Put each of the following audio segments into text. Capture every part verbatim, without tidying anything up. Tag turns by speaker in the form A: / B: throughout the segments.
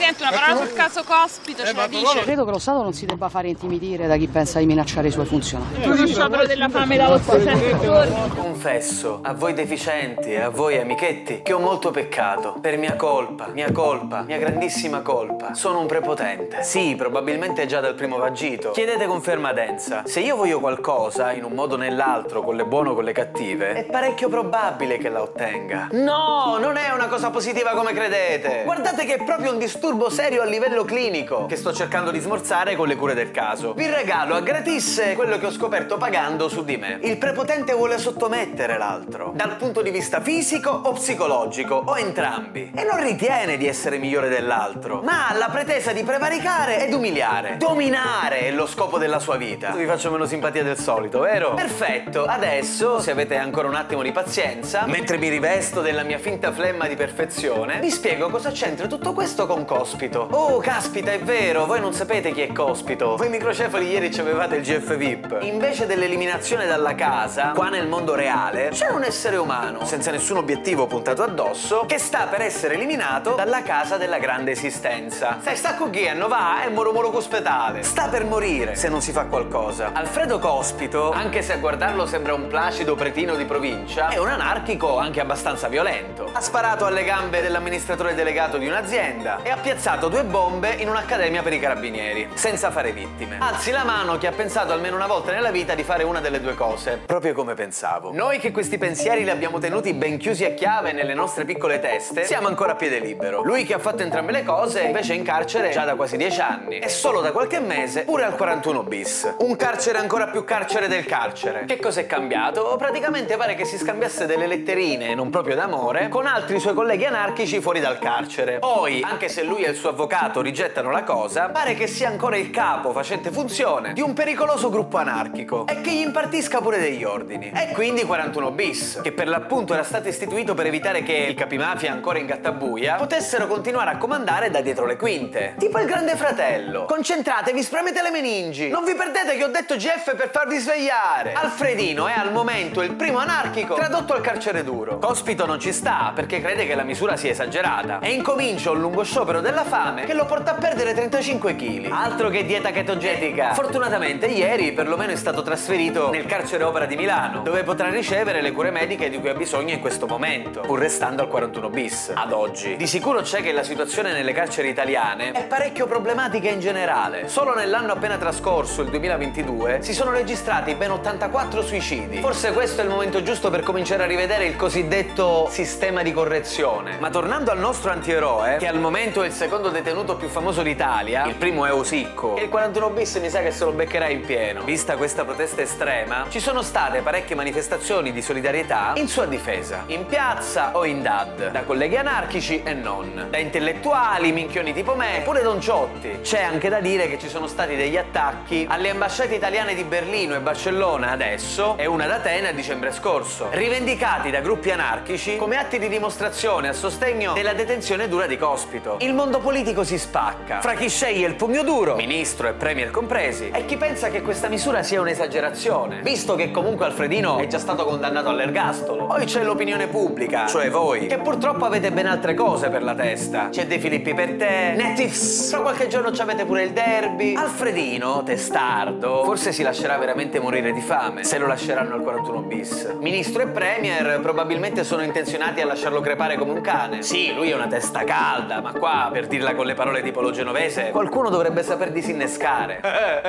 A: Presidente, una parola sul caso Cospito, ce la dice?
B: Credo che lo Stato non si debba fare intimidire da chi pensa di minacciare i suoi funzionari.
A: Uno sciopero della fame da ottocento giorni.
C: Confesso, a voi deficienti e a voi amichetti, che ho molto peccato. Per mia colpa, mia colpa, mia grandissima colpa. Sono un prepotente. Sì, probabilmente già dal primo vagito. Chiedete conferma densa. Se io voglio qualcosa, in un modo o nell'altro, con le buone o con le cattive, è parecchio probabile che la ottenga. No, non è una cosa positiva come credete. Guardate che è proprio un disturbo serio a livello clinico, che sto cercando di smorzare con le cure del caso. Vi regalo a gratis quello che ho scoperto pagando su di me. Il prepotente vuole sottomettere l'altro, dal punto di vista fisico o psicologico, o entrambi. E non ritiene di essere migliore dell'altro, ma ha la pretesa di prevaricare ed umiliare. Dominare è lo scopo della sua vita. Vi faccio meno simpatia del solito, vero? Perfetto, adesso, se avete ancora un attimo di pazienza, mentre mi rivesto della mia finta flemma di perfezione, vi spiego cosa c'entra tutto questo con Cospito. Oh, caspita, è vero, voi non sapete chi è Cospito. Voi microcefali ieri ci avevate il G F V I P. Invece dell'eliminazione dalla casa, qua nel mondo reale, c'è un essere umano, senza nessun obiettivo puntato addosso, che sta per essere eliminato dalla casa della grande esistenza. Sai, sta con chi va e moro moro cospetale. Sta per morire se non si fa qualcosa. Alfredo Cospito, anche se a guardarlo sembra un placido pretino di provincia, è un anarchico anche abbastanza violento. Ha sparato alle gambe dell'amministratore delegato di un'azienda e ha piazzato due bombe in un'accademia per i carabinieri, senza fare vittime. Alzi la mano chi ha pensato almeno una volta nella vita di fare una delle due cose, proprio come pensavo. Noi che questi pensieri li abbiamo tenuti ben chiusi a chiave nelle nostre piccole teste, siamo ancora a piede libero. Lui che ha fatto entrambe le cose invece è in carcere già da quasi dieci anni e solo da qualche mese pure al quarantuno bis. Un carcere ancora più carcere del carcere. Che cos'è cambiato? Praticamente pare che si scambiasse delle letterine, non proprio d'amore, con altri suoi colleghi anarchici fuori dal carcere. Poi, anche se lui e il suo avvocato rigettano la cosa, pare che sia ancora il capo facente funzione di un pericoloso gruppo anarchico e che gli impartisca pure degli ordini. E quindi quarantuno bis, che per l'appunto era stato istituito per evitare che i capimafia ancora in gattabuia potessero continuare a comandare da dietro le quinte. Tipo il Grande Fratello. Concentratevi, spremete le meningi. Non vi perdete che ho detto G F per farvi svegliare. Alfredino è al momento il primo anarchico tradotto al carcere duro. Cospito non ci sta perché crede che la misura sia esagerata e incomincia un lungo sciopero della fame che lo porta a perdere trentacinque chili. Altro che dieta chetogenica. Fortunatamente ieri perlomeno è stato trasferito nel carcere opera di Milano, dove potrà ricevere le cure mediche di cui ha bisogno in questo momento, pur restando al quarantuno bis ad oggi. Di sicuro c'è che la situazione nelle carceri italiane è parecchio problematica in generale. Solo nell'anno appena trascorso, il duemilaventidue, si sono registrati ben ottantaquattro suicidi. Forse questo è il momento giusto per cominciare a rivedere il cosiddetto sistema di correzione. Ma tornando al nostro antieroe, che al momento è il secondo detenuto più famoso d'Italia, il primo è Usicco, e il quarantuno bis mi sa che se lo beccherà in pieno. Vista questa protesta estrema, ci sono state parecchie manifestazioni di solidarietà in sua difesa, in piazza o in D A D, da colleghi anarchici e non, da intellettuali, minchioni tipo me, pure Don Ciotti. C'è anche da dire che ci sono stati degli attacchi alle ambasciate italiane di Berlino e Barcellona adesso e una ad Atene a dicembre scorso, rivendicati da gruppi anarchici come atti di dimostrazione a sostegno della detenzione dura di Cospito. Il mondo politico si spacca fra chi sceglie il pugno duro, ministro e premier compresi, e chi pensa che questa misura sia un'esagerazione, visto che comunque Alfredino è già stato condannato all'ergastolo. Poi c'è l'opinione pubblica, cioè voi, che purtroppo avete ben altre cose per la testa. C'è De Filippi per te, Netflix, fra qualche giorno ci avete pure il derby. Alfredino, testardo, forse si lascerà veramente morire di fame, se lo lasceranno al quarantuno bis. Ministro e premier probabilmente sono intenzionati a lasciarlo crepare come un cane. Sì, lui è una testa calda, ma qua, per dirla con le parole di Polo Genovese, qualcuno dovrebbe saper disinnescare.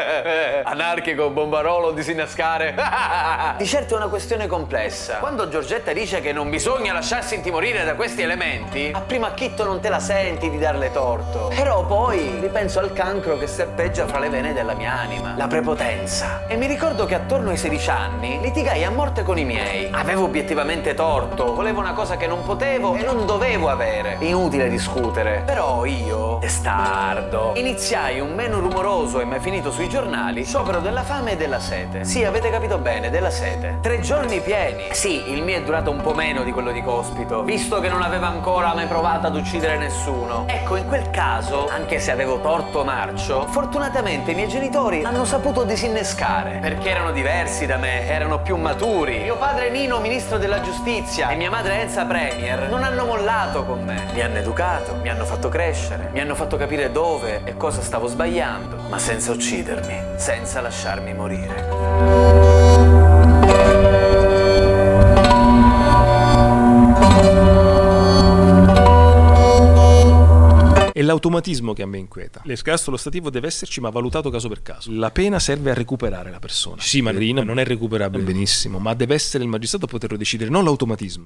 C: Anarchico, bombarolo, disinnescare. Di certo è una questione complessa. Quando Giorgetta dice che non bisogna lasciarsi intimorire da questi elementi, a primo acchitto non te la senti di darle torto. Però poi ripenso al cancro che serpeggia fra le vene della mia anima, la prepotenza. E mi ricordo che attorno ai sedici anni litigai a morte con i miei. Avevo obiettivamente torto, volevo una cosa che non potevo e non dovevo avere. Inutile discutere. Però io, testardo, iniziai un meno rumoroso e mai finito sui giornali sciopero della fame e della sete. Sì, avete capito bene, della sete. Tre giorni pieni. Sì, il mio è durato un po' meno di quello di Cospito, visto che non aveva ancora mai provato ad uccidere nessuno. Ecco, in quel caso, anche se avevo torto marcio, fortunatamente i miei genitori hanno saputo disinnescare, perché erano diversi da me, erano più maturi. Mio padre Nino, ministro della giustizia, e mia madre Elsa, premier, non hanno mollato con me. Mi hanno educato, mi hanno fatto crescere crescere, mi hanno fatto capire dove e cosa stavo sbagliando, ma senza uccidermi, senza lasciarmi morire.
D: È l'automatismo che a me inquieta. L'ergastolo stativo deve esserci, ma valutato caso per caso. La pena serve a recuperare la persona. Sì, Marina non è recuperabile benissimo, ma deve essere il magistrato a poterlo decidere, non l'automatismo.